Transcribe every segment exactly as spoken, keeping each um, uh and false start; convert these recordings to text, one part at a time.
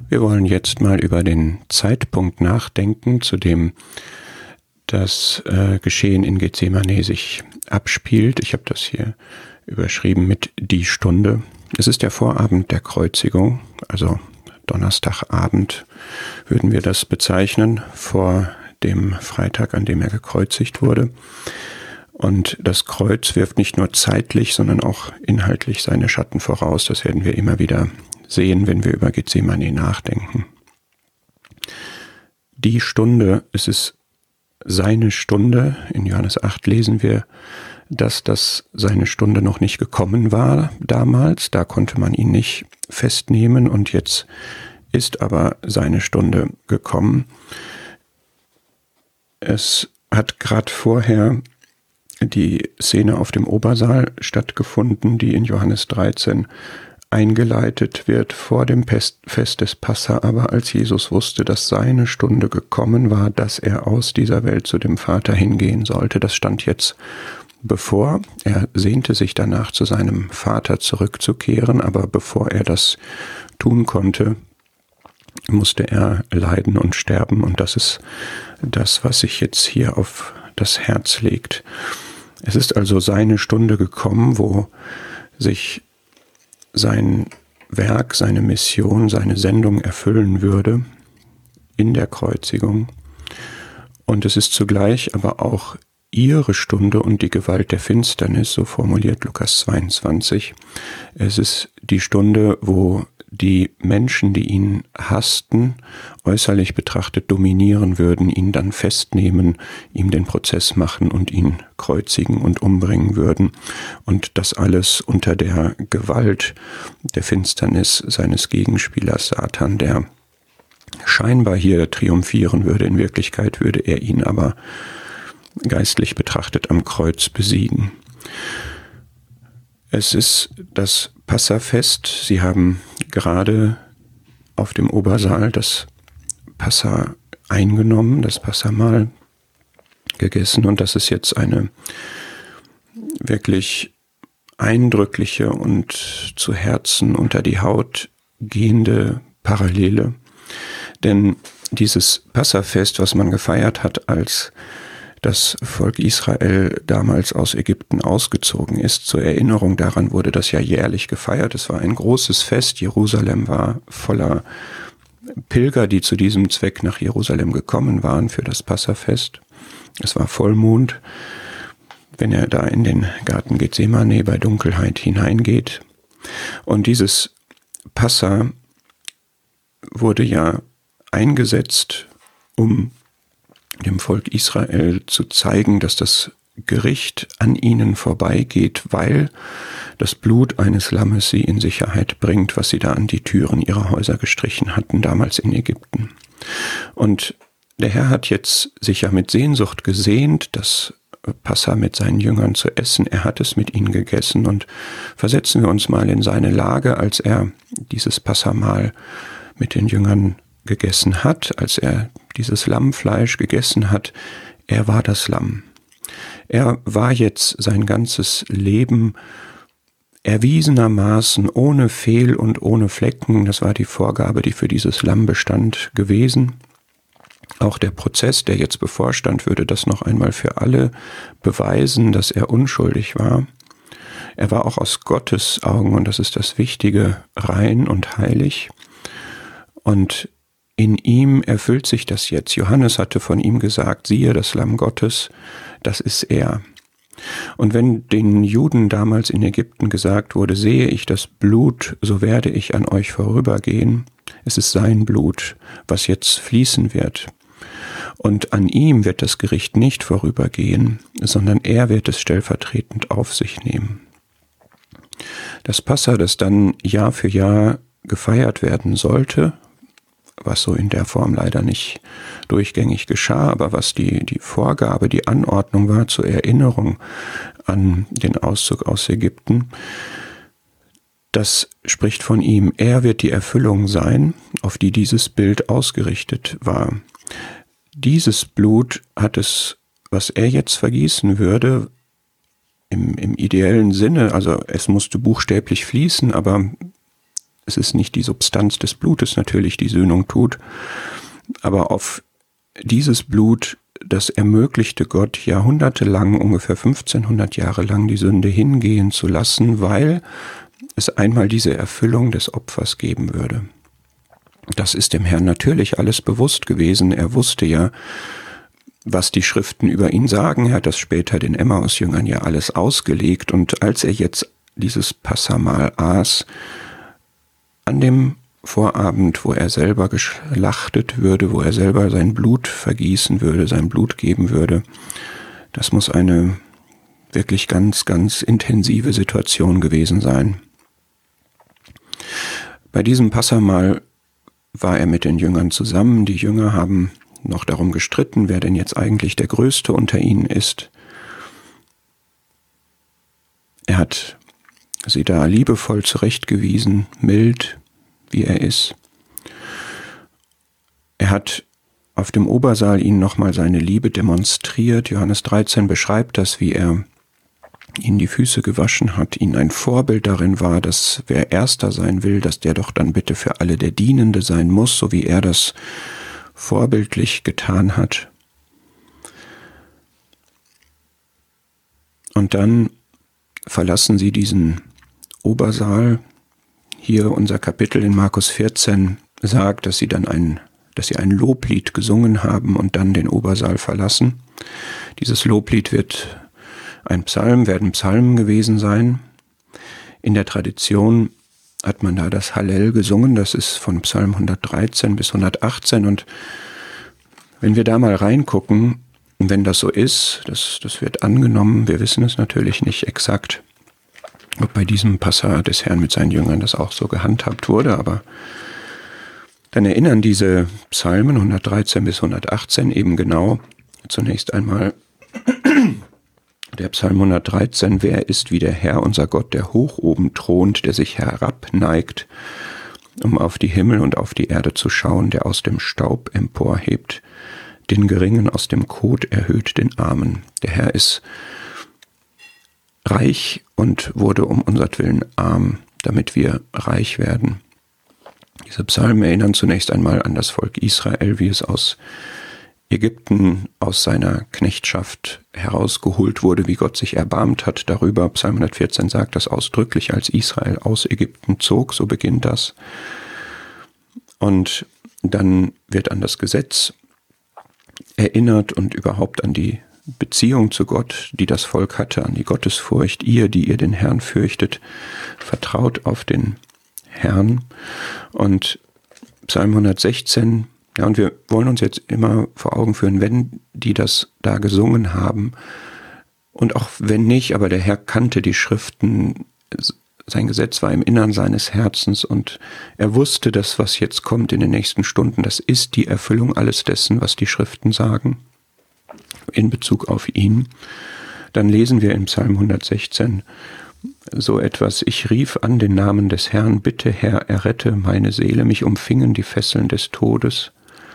Wir wollen jetzt mal über den Zeitpunkt nachdenken, zu dem das äh, Geschehen in Gethsemane sich abspielt. Ich habe das hier überschrieben mit die Stunde. Es ist der Vorabend der Kreuzigung, also Donnerstagabend würden wir das bezeichnen, vor dem Freitag, an dem er gekreuzigt wurde. Und das Kreuz wirft nicht nur zeitlich, sondern auch inhaltlich seine Schatten voraus. Das werden wir immer wieder sehen, wenn wir über Gethsemane nachdenken. Die Stunde, es ist seine Stunde. In Johannes acht lesen wir, dass das seine Stunde noch nicht gekommen war damals. Da konnte man ihn nicht festnehmen und jetzt ist aber seine Stunde gekommen. Es hat gerade vorher die Szene auf dem Obersaal stattgefunden, die in Johannes dreizehn eingeleitet wird vor dem Fest des Passa, aber als Jesus wusste, dass seine Stunde gekommen war, dass er aus dieser Welt zu dem Vater hingehen sollte, das stand jetzt bevor. Er sehnte sich danach, zu seinem Vater zurückzukehren, aber bevor er das tun konnte, musste er leiden und sterben, und das ist das, was sich jetzt hier auf das Herz legt. Es ist also seine Stunde gekommen, wo sich sein Werk, seine Mission, seine Sendung erfüllen würde in der Kreuzigung. Und es ist zugleich aber auch ihre Stunde und die Gewalt der Finsternis, so formuliert Lukas zweiundzwanzig. Es ist die Stunde, wo die Menschen, die ihn hassten, äußerlich betrachtet dominieren würden, ihn dann festnehmen, ihm den Prozess machen und ihn kreuzigen und umbringen würden. Und das alles unter der Gewalt der Finsternis seines Gegenspielers Satan, der scheinbar hier triumphieren würde. In Wirklichkeit würde er ihn aber geistlich betrachtet am Kreuz besiegen. Es ist das Passafest. Sie haben gerade auf dem Obersaal das Passa eingenommen, das Passamahl gegessen, und das ist jetzt eine wirklich eindrückliche und zu Herzen unter die Haut gehende Parallele. Denn dieses Passafest, was man gefeiert hat, als das Volk Israel damals aus Ägypten ausgezogen ist. Zur Erinnerung daran wurde das ja jährlich gefeiert. Es war ein großes Fest. Jerusalem war voller Pilger, die zu diesem Zweck nach Jerusalem gekommen waren für das Passafest. Es war Vollmond, wenn er da in den Garten Gethsemane bei Dunkelheit hineingeht. Und dieses Passa wurde ja eingesetzt, um dem Volk Israel zu zeigen, dass das Gericht an ihnen vorbeigeht, weil das Blut eines Lammes sie in Sicherheit bringt, was sie da an die Türen ihrer Häuser gestrichen hatten, damals in Ägypten. Und der Herr hat jetzt sich ja mit Sehnsucht gesehnt, das Passa mit seinen Jüngern zu essen. Er hat es mit ihnen gegessen, und versetzen wir uns mal in seine Lage, als er dieses Passamahl mit den Jüngern gegessen hat, als er dieses Lammfleisch gegessen hat. Er war das Lamm. Er war jetzt sein ganzes Leben erwiesenermaßen ohne Fehl und ohne Flecken. Das war die Vorgabe, die für dieses Lamm bestand, gewesen. Auch der Prozess, der jetzt bevorstand, würde das noch einmal für alle beweisen, dass er unschuldig war. Er war auch aus Gottes Augen, und das ist das Wichtige, rein und heilig. Und in ihm erfüllt sich das jetzt. Johannes hatte von ihm gesagt, siehe, das Lamm Gottes, das ist er. Und wenn den Juden damals in Ägypten gesagt wurde, sehe ich das Blut, so werde ich an euch vorübergehen, es ist sein Blut, was jetzt fließen wird. Und an ihm wird das Gericht nicht vorübergehen, sondern er wird es stellvertretend auf sich nehmen. Das Passa, das dann Jahr für Jahr gefeiert werden sollte, was so in der Form leider nicht durchgängig geschah, aber was die, die Vorgabe, die Anordnung war zur Erinnerung an den Auszug aus Ägypten, das spricht von ihm. Er wird die Erfüllung sein, auf die dieses Bild ausgerichtet war. Dieses Blut hat es, was er jetzt vergießen würde, im, im ideellen Sinne, also es musste buchstäblich fließen, aber es ist nicht die Substanz des Blutes natürlich, die Sühnung tut, aber auf dieses Blut, das ermöglichte Gott jahrhundertelang, ungefähr fünfzehnhundert Jahre lang, die Sünde hingehen zu lassen, weil es einmal diese Erfüllung des Opfers geben würde. Das ist dem Herrn natürlich alles bewusst gewesen. Er wusste ja, was die Schriften über ihn sagen. Er hat das später den Emmaus-Jüngern ja alles ausgelegt. Und als er jetzt dieses Passahmahl aß, an dem Vorabend, wo er selber geschlachtet würde, wo er selber sein Blut vergießen würde, sein Blut geben würde, das muss eine wirklich ganz, ganz intensive Situation gewesen sein. Bei diesem Passahmahl war er mit den Jüngern zusammen. Die Jünger haben noch darum gestritten, wer denn jetzt eigentlich der Größte unter ihnen ist. Er hat sie da liebevoll zurechtgewiesen, mild, wie er ist. Er hat auf dem Obersaal ihnen nochmal seine Liebe demonstriert. Johannes dreizehn beschreibt das, wie er ihnen die Füße gewaschen hat, ihnen ein Vorbild darin war, dass wer Erster sein will, dass der doch dann bitte für alle der Dienende sein muss, so wie er das vorbildlich getan hat. Und dann verlassen sie diesen Obersaal. Hier unser Kapitel in Markus vierzehn sagt, dass sie dann ein, dass sie ein Loblied gesungen haben und dann den Obersaal verlassen. Dieses Loblied wird ein Psalm, werden Psalmen gewesen sein. In der Tradition hat man da das Hallel gesungen, das ist von Psalm hundertdreizehn bis hundertachtzehn. Und wenn wir da mal reingucken, wenn das so ist, das, das wird angenommen, wir wissen es natürlich nicht exakt, ob bei diesem Passa des Herrn mit seinen Jüngern das auch so gehandhabt wurde, aber dann erinnern diese Psalmen hundertdreizehn bis hundertachtzehn eben genau zunächst einmal der Psalm hundertdreizehn, wer ist wie der Herr, unser Gott, der hoch oben thront, der sich herabneigt, um auf die Himmel und auf die Erde zu schauen, der aus dem Staub emporhebt, den Geringen aus dem Kot erhöht, den Armen. Der Herr ist reich und wurde um unsertwillen arm, damit wir reich werden. Diese Psalmen erinnern zunächst einmal an das Volk Israel, wie es aus Ägypten, aus seiner Knechtschaft herausgeholt wurde, wie Gott sich erbarmt hat darüber. Psalm hundertvierzehn sagt das ausdrücklich, als Israel aus Ägypten zog, so beginnt das. Und dann wird an das Gesetz erinnert und überhaupt an die Beziehung zu Gott, die das Volk hatte, an die Gottesfurcht. Ihr, die ihr den Herrn fürchtet, vertraut auf den Herrn. Und Psalm hundertsechzehn, ja, und wir wollen uns jetzt immer vor Augen führen, wenn die das da gesungen haben, und auch wenn nicht, aber der Herr kannte die Schriften, sein Gesetz war im Innern seines Herzens und er wusste, dass was jetzt kommt in den nächsten Stunden, das ist die Erfüllung alles dessen, was die Schriften sagen, in Bezug auf ihn. Dann lesen wir in Psalm hundertsechzehn so etwas: Ich rief an den Namen des Herrn, bitte Herr, errette meine Seele, mich umfingen die Fesseln des Todes.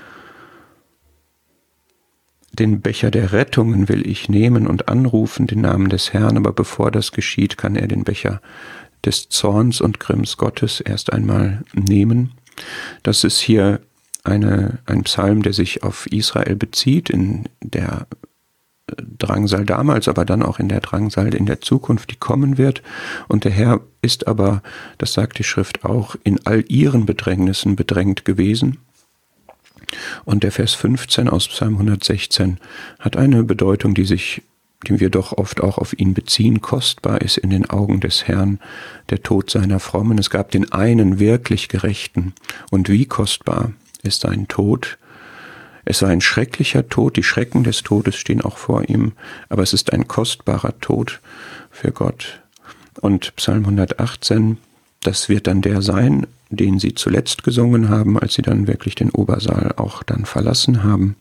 Den Becher der Rettungen will ich nehmen und anrufen, den Namen des Herrn, aber bevor das geschieht, kann er den Becher des Zorns und Grimms Gottes erst einmal nehmen. Das ist hier eine, ein Psalm, der sich auf Israel bezieht, in der Drangsal damals, aber dann auch in der Drangsal in der Zukunft, die kommen wird. Und der Herr ist aber, das sagt die Schrift auch, in all ihren Bedrängnissen bedrängt gewesen. Und der Vers fünfzehn aus Psalm hundertsechzehn hat eine Bedeutung, die sich, die wir doch oft auch auf ihn beziehen. Kostbar ist in den Augen des Herrn der Tod seiner Frommen. Es gab den einen wirklich Gerechten. Und wie kostbar ist sein Tod? Es war ein schrecklicher Tod, die Schrecken des Todes stehen auch vor ihm, aber es ist ein kostbarer Tod für Gott. Und Psalm hundertachtzehn, das wird dann der sein, den sie zuletzt gesungen haben, als sie dann wirklich den Obersaal auch dann verlassen haben.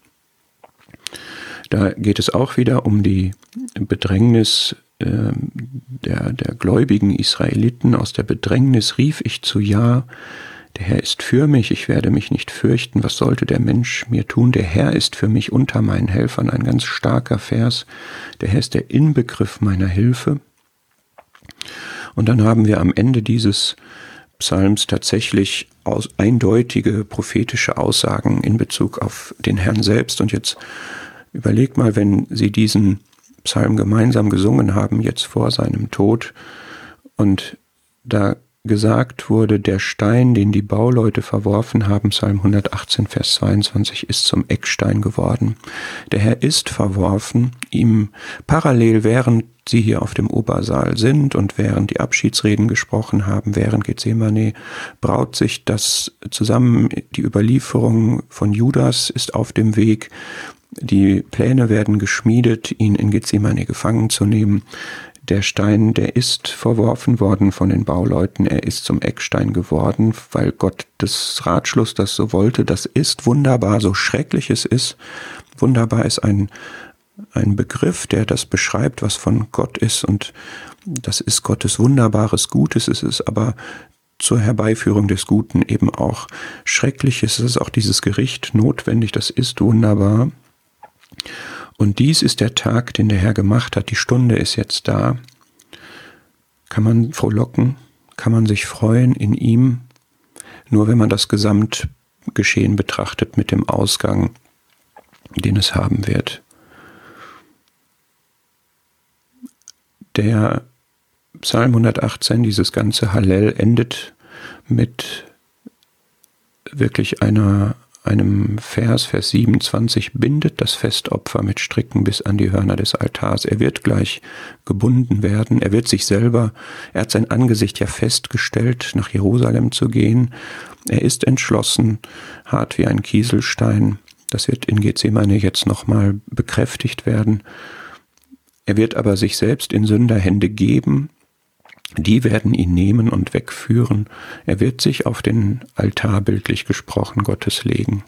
Da geht es auch wieder um die Bedrängnis äh, der, der gläubigen Israeliten. Aus der Bedrängnis rief ich zu Ja, der Herr ist für mich, ich werde mich nicht fürchten, was sollte der Mensch mir tun? Der Herr ist für mich unter meinen Helfern, ein ganz starker Vers. Der Herr ist der Inbegriff meiner Hilfe. Und dann haben wir am Ende dieses Psalms tatsächlich aus, eindeutige prophetische Aussagen in Bezug auf den Herrn selbst. Und jetzt überlegt mal, wenn Sie diesen Psalm gemeinsam gesungen haben, jetzt vor seinem Tod, und da gesagt wurde, der Stein, den die Bauleute verworfen haben, Psalm hundertachtzehn, Vers zweiundzwanzig, ist zum Eckstein geworden. Der Herr ist verworfen, ihm parallel, während sie hier auf dem Obersaal sind und während die Abschiedsreden gesprochen haben, während Gethsemane, braut sich das zusammen. Die Überlieferung von Judas ist auf dem Weg. Die Pläne werden geschmiedet, ihn in Gethsemane gefangen zu nehmen. Der Stein, der ist verworfen worden von den Bauleuten, er ist zum Eckstein geworden, weil Gott des Ratschluss das so wollte. Das ist wunderbar, so schrecklich es ist. Wunderbar ist ein, ein Begriff, der das beschreibt, was von Gott ist, und das ist Gottes wunderbares Gutes. Es ist aber zur Herbeiführung des Guten eben auch Schreckliches. Es ist auch dieses Gericht notwendig, das ist wunderbar. Und dies ist der Tag, den der Herr gemacht hat. Die Stunde ist jetzt da. Kann man frohlocken? Kann man sich freuen in ihm? Nur wenn man das Gesamtgeschehen betrachtet mit dem Ausgang, den es haben wird. Der Psalm hundertachtzehn, dieses ganze Hallel, endet mit wirklich einer einem Vers, Vers siebenundzwanzig, bindet das Festopfer mit Stricken bis an die Hörner des Altars. Er wird gleich gebunden werden. Er wird sich selber, er hat sein Angesicht ja festgestellt, nach Jerusalem zu gehen. Er ist entschlossen, hart wie ein Kieselstein. Das wird in Gethsemane jetzt nochmal bekräftigt werden. Er wird aber sich selbst in Sünderhände geben. Die werden ihn nehmen und wegführen. Er wird sich auf den Altar, bildlich gesprochen, Gottes legen.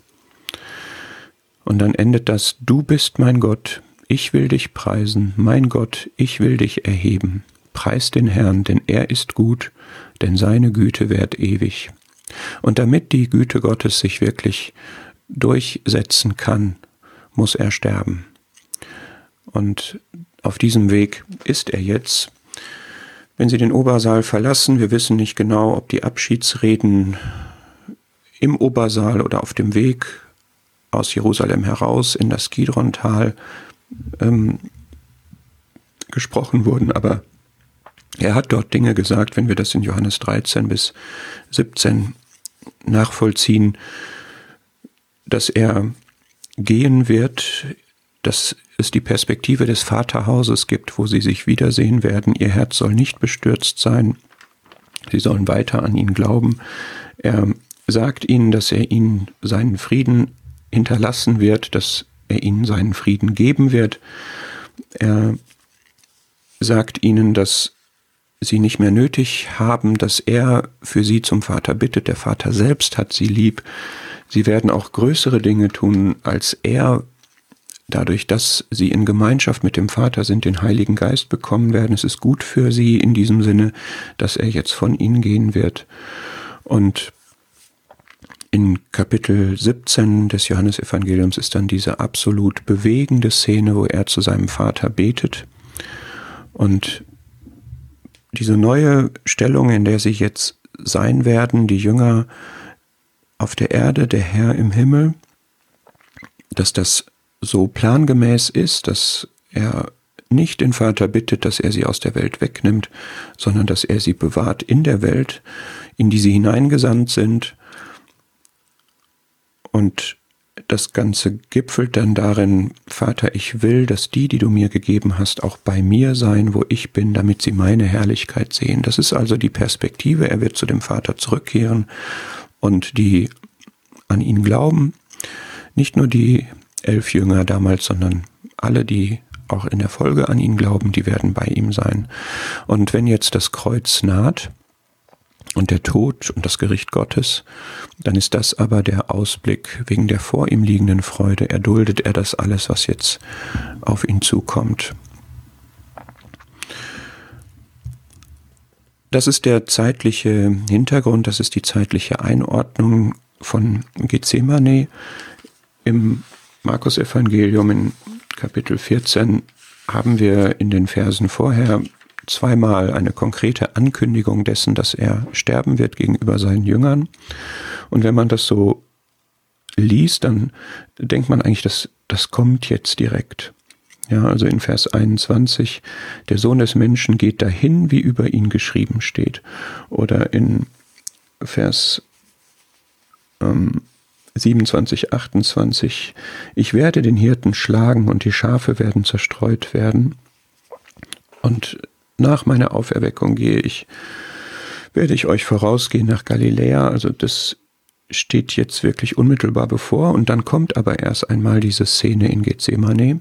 Und dann endet das: Du bist mein Gott, ich will dich preisen, mein Gott, ich will dich erheben. Preis den Herrn, denn er ist gut, denn seine Güte währt ewig. Und damit die Güte Gottes sich wirklich durchsetzen kann, muss er sterben. Und auf diesem Weg ist er jetzt. Wenn Sie den Obersaal verlassen, wir wissen nicht genau, ob die Abschiedsreden im Obersaal oder auf dem Weg aus Jerusalem heraus in das Kidron-Tal ähm, gesprochen wurden, aber er hat dort Dinge gesagt, wenn wir das in Johannes dreizehn bis siebzehn nachvollziehen, dass er gehen wird, dass es die Perspektive des Vaterhauses gibt, wo sie sich wiedersehen werden. Ihr Herz soll nicht bestürzt sein. Sie sollen weiter an ihn glauben. Er sagt ihnen, dass er ihnen seinen Frieden hinterlassen wird, dass er ihnen seinen Frieden geben wird. Er sagt ihnen, dass sie nicht mehr nötig haben, dass er für sie zum Vater bittet. Der Vater selbst hat sie lieb. Sie werden auch größere Dinge tun als er. Dadurch, dass sie in Gemeinschaft mit dem Vater sind, den Heiligen Geist bekommen werden. Es ist gut für sie in diesem Sinne, dass er jetzt von ihnen gehen wird. Und in Kapitel siebzehn des Johannesevangeliums ist dann diese absolut bewegende Szene, wo er zu seinem Vater betet. Und diese neue Stellung, in der sie jetzt sein werden, die Jünger auf der Erde, der Herr im Himmel, dass das so plangemäß ist, dass er nicht den Vater bittet, dass er sie aus der Welt wegnimmt, sondern dass er sie bewahrt in der Welt, in die sie hineingesandt sind. Und das Ganze gipfelt dann darin: Vater, ich will, dass die, die du mir gegeben hast, auch bei mir sein, wo ich bin, damit sie meine Herrlichkeit sehen. Das ist also die Perspektive. Er wird zu dem Vater zurückkehren, und die an ihn glauben, nicht nur die elf Jünger damals, sondern alle, die auch in der Folge an ihn glauben, die werden bei ihm sein. Und wenn jetzt das Kreuz naht und der Tod und das Gericht Gottes, dann ist das aber der Ausblick wegen der vor ihm liegenden Freude. Erduldet er das alles, was jetzt auf ihn zukommt. Das ist der zeitliche Hintergrund, das ist die zeitliche Einordnung von Gethsemane. Im Markus-Evangelium in Kapitel vierzehn haben wir in den Versen vorher zweimal eine konkrete Ankündigung dessen, dass er sterben wird gegenüber seinen Jüngern. Und wenn man das so liest, dann denkt man eigentlich, dass das kommt jetzt direkt. Ja, also in Vers einundzwanzig, der Sohn des Menschen geht dahin, wie über ihn geschrieben steht. Oder in Vers ähm, siebenundzwanzig, achtundzwanzig, ich werde den Hirten schlagen und die Schafe werden zerstreut werden. Und nach meiner Auferweckung gehe ich, werde ich euch vorausgehen nach Galiläa. Also das steht jetzt wirklich unmittelbar bevor. Und dann kommt aber erst einmal diese Szene in Gethsemane.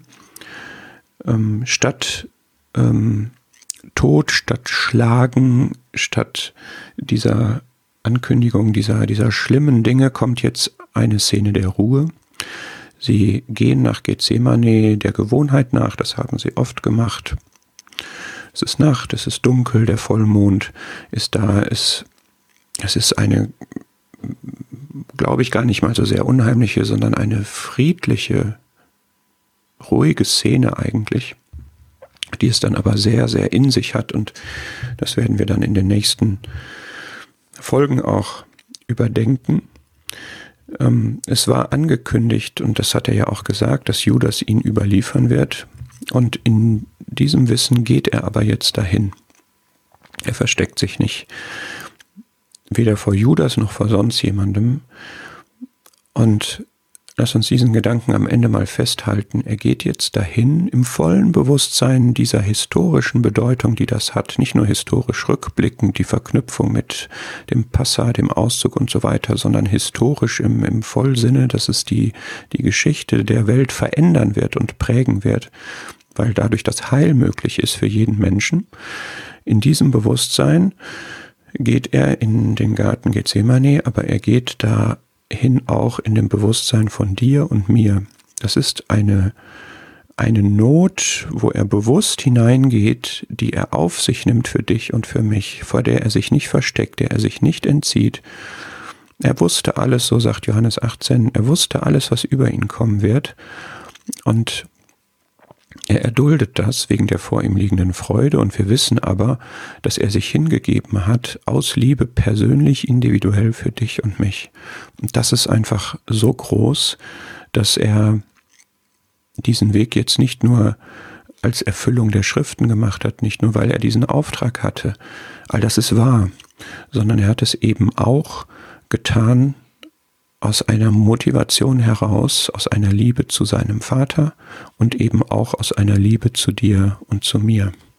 Ähm, statt ähm, Tod, statt Schlagen, statt dieser Ankündigung dieser, dieser schlimmen Dinge kommt jetzt eine Szene der Ruhe. Sie gehen nach Gethsemane der Gewohnheit nach, das haben sie oft gemacht. Es ist Nacht, es ist dunkel, der Vollmond ist da. Es, es ist eine, glaube ich, gar nicht mal so sehr unheimliche, sondern eine friedliche, ruhige Szene eigentlich, die es dann aber sehr, sehr in sich hat. Und das werden wir dann in den nächsten Folgen auch überdenken. Ähm, es war angekündigt, und das hat er ja auch gesagt, dass Judas ihn überliefern wird. Und in diesem Wissen geht er aber jetzt dahin. Er versteckt sich nicht, weder vor Judas noch vor sonst jemandem. Und lass uns diesen Gedanken am Ende mal festhalten. Er geht jetzt dahin im vollen Bewusstsein dieser historischen Bedeutung, die das hat. Nicht nur historisch rückblickend, die Verknüpfung mit dem Passa, dem Auszug und so weiter, sondern historisch im, im Vollsinne, dass es die, die Geschichte der Welt verändern wird und prägen wird, weil dadurch das Heil möglich ist für jeden Menschen. In diesem Bewusstsein geht er in den Garten Gethsemane, aber er geht da hin auch in dem Bewusstsein von dir und mir. Das ist eine, eine Not, wo er bewusst hineingeht, die er auf sich nimmt für dich und für mich, vor der er sich nicht versteckt, der er sich nicht entzieht. Er wusste alles, so sagt Johannes achtzehn, er wusste alles, was über ihn kommen wird, und er erduldet das wegen der vor ihm liegenden Freude, und wir wissen aber, dass er sich hingegeben hat, aus Liebe persönlich, individuell für dich und mich. Und das ist einfach so groß, dass er diesen Weg jetzt nicht nur als Erfüllung der Schriften gemacht hat, nicht nur weil er diesen Auftrag hatte, all das ist wahr, sondern er hat es eben auch getan aus einer Motivation heraus, aus einer Liebe zu seinem Vater und eben auch aus einer Liebe zu dir und zu mir.